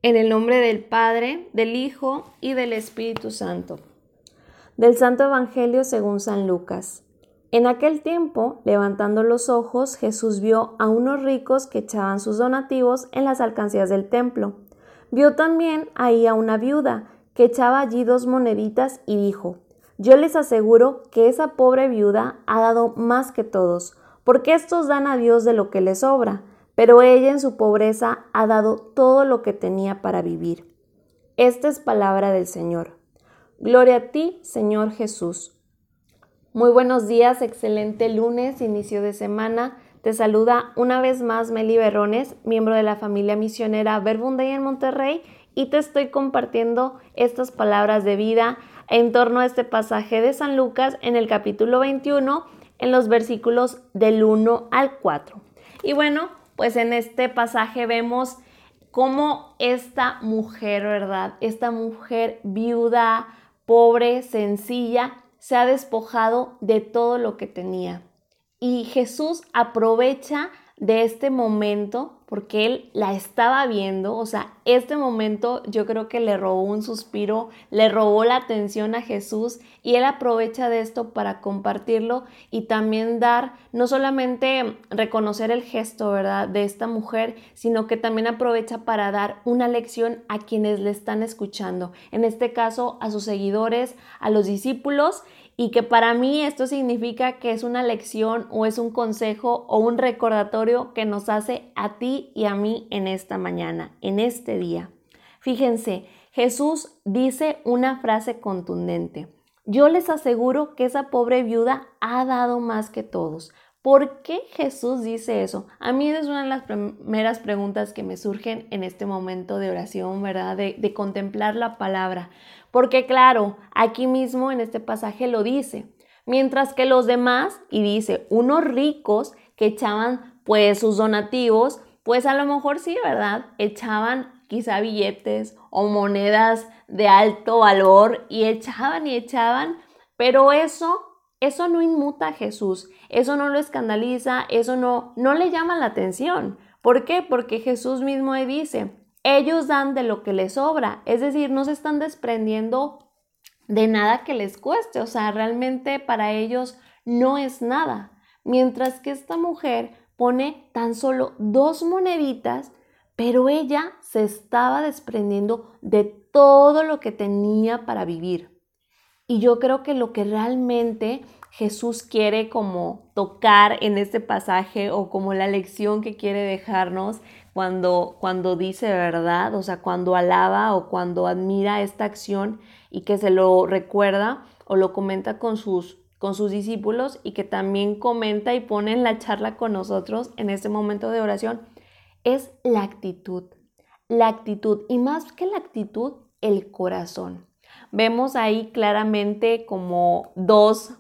En el nombre del Padre, del Hijo y del Espíritu Santo. Del Santo Evangelio según San Lucas. En aquel tiempo, levantando los ojos, Jesús vio a unos ricos que echaban sus donativos en las alcancías del templo. Vio también ahí a una viuda que echaba allí 2 moneditas y dijo: Yo les aseguro que esa pobre viuda ha dado más que todos, porque estos dan a Dios de lo que les sobra, pero ella en su pobreza ha dado todo lo que tenía para vivir. Esta es palabra del Señor. Gloria a ti, Señor Jesús. Muy buenos días, excelente lunes, inicio de semana. Te saluda una vez más Meli Berrones, miembro de la familia misionera Verbum Dei en Monterrey, y te estoy compartiendo estas palabras de vida en torno a este pasaje de San Lucas en el capítulo 21, en los versículos del 1 al 4. Y bueno, pues en este pasaje vemos cómo esta mujer, ¿verdad? Esta mujer viuda, pobre, sencilla, se ha despojado de todo lo que tenía. Y Jesús aprovecha de este momento porque él la estaba viendo, o sea, este momento yo creo que le robó un suspiro, le robó la atención a Jesús y él aprovecha de esto para compartirlo y también dar, no solamente reconocer el gesto, ¿verdad?, de esta mujer, sino que también aprovecha para dar una lección a quienes le están escuchando, en este caso a sus seguidores, a los discípulos. Y que para mí esto significa que es una lección o es un consejo o un recordatorio que nos hace a ti y a mí en esta mañana, en este día. Fíjense, Jesús dice una frase contundente. Yo les aseguro que esa pobre viuda ha dado más que todos. ¿Por qué Jesús dice eso? A mí es una de las primeras preguntas que me surgen en este momento de oración, ¿verdad? De contemplar la palabra. Porque claro, aquí mismo en este pasaje lo dice. Mientras que los demás, y dice, unos ricos que echaban pues sus donativos, pues a lo mejor sí, ¿verdad? Echaban quizá billetes o monedas de alto valor y echaban, pero eso no inmuta a Jesús, eso no lo escandaliza, eso no le llama la atención. ¿Por qué? Porque Jesús mismo dice, ellos dan de lo que les sobra, es decir, no se están desprendiendo de nada que les cueste, o sea, realmente para ellos no es nada. Mientras que esta mujer pone tan solo 2 moneditas, pero ella se estaba desprendiendo de todo lo que tenía para vivir. Y yo creo que lo que realmente Jesús quiere como tocar en este pasaje o como la lección que quiere dejarnos cuando dice verdad, o sea, cuando alaba o cuando admira esta acción y que se lo recuerda o lo comenta con sus discípulos y que también comenta y pone en la charla con nosotros en este momento de oración, es la actitud. La actitud y más que la actitud, el corazón. Vemos ahí claramente como dos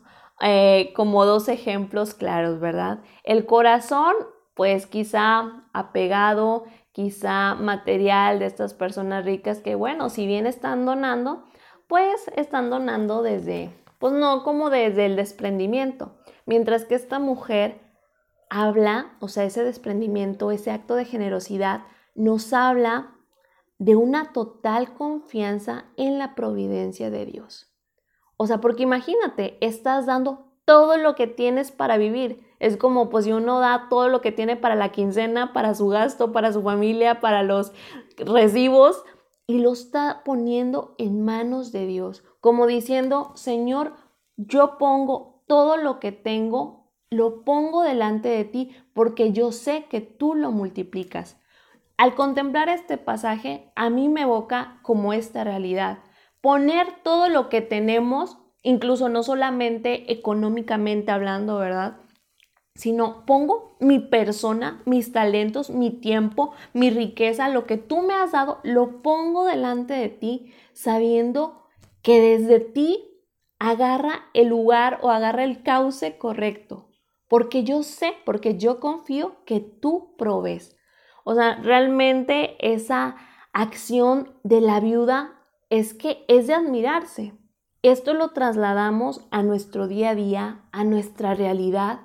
ejemplos claros, ¿verdad? El corazón, pues quizá apegado, quizá material de estas personas ricas que, bueno, si bien están donando, pues están donando desde, pues no como desde el desprendimiento. Mientras que esta mujer habla, o sea, ese desprendimiento, ese acto de generosidad, nos habla de una total confianza en la providencia de Dios. O sea, porque imagínate, estás dando todo lo que tienes para vivir. Es como pues si uno da todo lo que tiene para la quincena, para su gasto, para su familia, para los recibos, y lo está poniendo en manos de Dios. Como diciendo, Señor, yo pongo todo lo que tengo, lo pongo delante de ti porque yo sé que tú lo multiplicas. Al contemplar este pasaje, a mí me evoca como esta realidad. Poner todo lo que tenemos, incluso no solamente económicamente hablando, ¿verdad?, sino pongo mi persona, mis talentos, mi tiempo, mi riqueza, lo que tú me has dado, lo pongo delante de ti, sabiendo que desde ti agarra el lugar o agarra el cauce correcto. Porque yo sé, porque yo confío que tú provees. O sea, realmente esa acción de la viuda es que es de admirarse. Esto lo trasladamos a nuestro día a día, a nuestra realidad.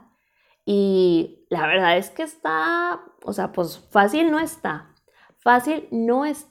Y la verdad es que está, o sea, pues fácil no está. Fácil no está.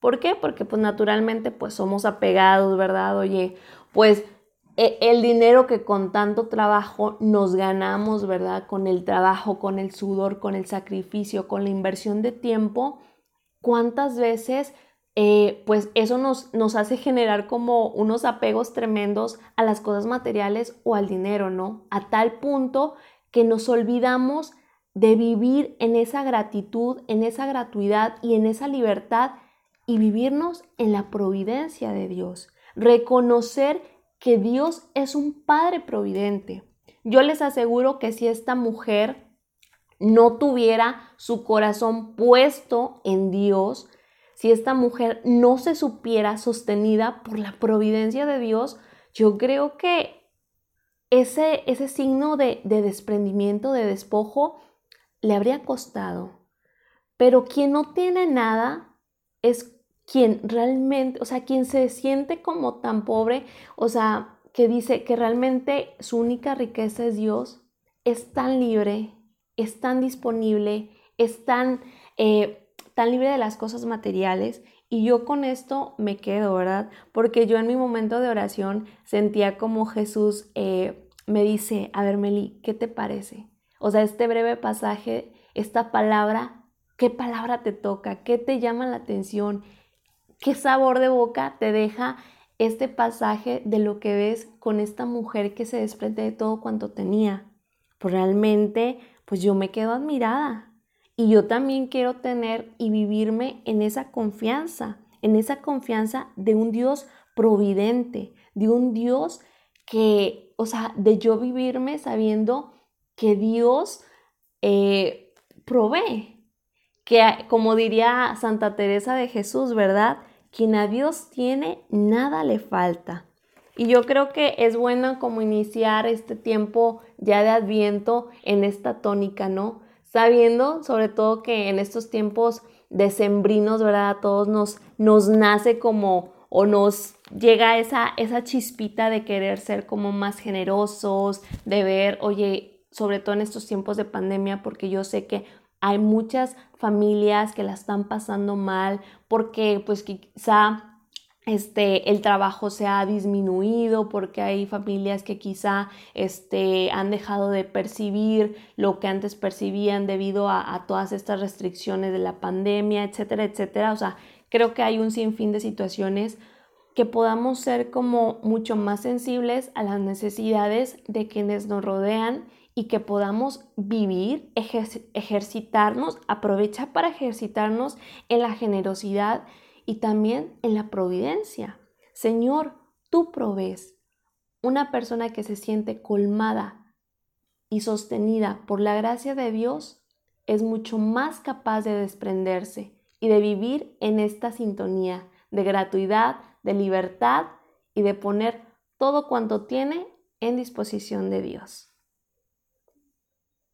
¿Por qué? Porque pues naturalmente pues somos apegados, ¿verdad? Oye, pues el dinero que con tanto trabajo nos ganamos, ¿verdad? Con el trabajo, con el sudor, con el sacrificio, con la inversión de tiempo, ¿cuántas veces pues eso nos hace generar como unos apegos tremendos a las cosas materiales o al dinero, ¿no? A tal punto que nos olvidamos de vivir en esa gratitud, en esa gratuidad y en esa libertad y vivirnos en la providencia de Dios. Reconocer que Dios es un Padre providente. Yo les aseguro que si esta mujer no tuviera su corazón puesto en Dios, si esta mujer no se supiera sostenida por la providencia de Dios, yo creo que ese signo de desprendimiento, de despojo, le habría costado. Pero quien no tiene nada es quien realmente, o sea, quien se siente como tan pobre, o sea, que dice que realmente su única riqueza es Dios, es tan libre, es tan disponible, es tan libre de las cosas materiales. Y yo con esto me quedo, ¿verdad? Porque yo en mi momento de oración sentía como Jesús me dice, a ver, Meli, ¿qué te parece? O sea, este breve pasaje, esta palabra, ¿qué palabra te toca? ¿Qué te llama la atención? ¿Qué sabor de boca te deja este pasaje de lo que ves con esta mujer que se desprende de todo cuanto tenía? Pues realmente, pues yo me quedo admirada. Y yo también quiero tener y vivirme en esa confianza de un Dios providente, de un Dios que, o sea, de yo vivirme sabiendo que Dios provee, que como diría Santa Teresa de Jesús, ¿verdad? Quien a Dios tiene, nada le falta. Y yo creo que es bueno como iniciar este tiempo ya de Adviento en esta tónica, ¿no? Sabiendo sobre todo que en estos tiempos decembrinos, ¿verdad? A todos nos nace como o nos llega esa chispita de querer ser como más generosos, de ver, oye, sobre todo en estos tiempos de pandemia, porque yo sé que hay muchas familias que la están pasando mal porque pues quizá el trabajo se ha disminuido, porque hay familias que quizá han dejado de percibir lo que antes percibían debido a todas estas restricciones de la pandemia, etcétera, etcétera. O sea, creo que hay un sinfín de situaciones que podamos ser como mucho más sensibles a las necesidades de quienes nos rodean y que podamos vivir, ejercitarnos, aprovechar para ejercitarnos en la generosidad y también en la providencia. Señor, tú provees. Una persona que se siente colmada y sostenida por la gracia de Dios es mucho más capaz de desprenderse y de vivir en esta sintonía de gratuidad, de libertad y de poner todo cuanto tiene en disposición de Dios.